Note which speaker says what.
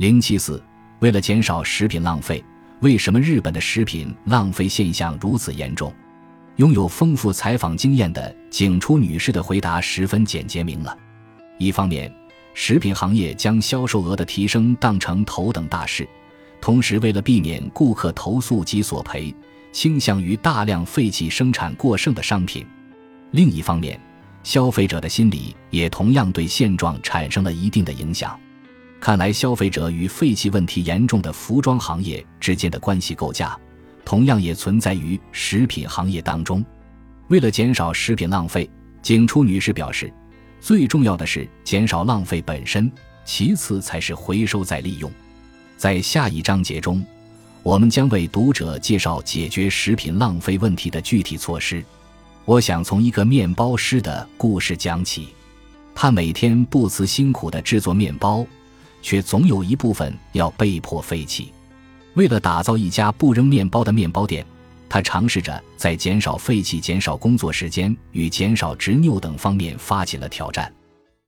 Speaker 1: 074为了减少食品浪费，为什么日本的食品浪费现象如此严重？拥有丰富采访经验的景初女士的回答十分简洁明了。一方面，食品行业将销售额的提升当成头等大事，同时为了避免顾客投诉及索赔，倾向于大量废弃生产过剩的商品。另一方面，消费者的心理也同样对现状产生了一定的影响。看来消费者与废弃问题严重的服装行业之间的关系构架，同样也存在于食品行业当中。为了减少食品浪费，景初女士表示，最重要的是减少浪费本身，其次才是回收再利用。在下一章节中，我们将为读者介绍解决食品浪费问题的具体措施。我想从一个面包师的故事讲起。他每天不辞辛苦地制作面包，却总有一部分要被迫废弃。为了打造一家不扔面包的面包店，他尝试着在减少废弃、减少工作时间与减少执拗等方面发起了挑战。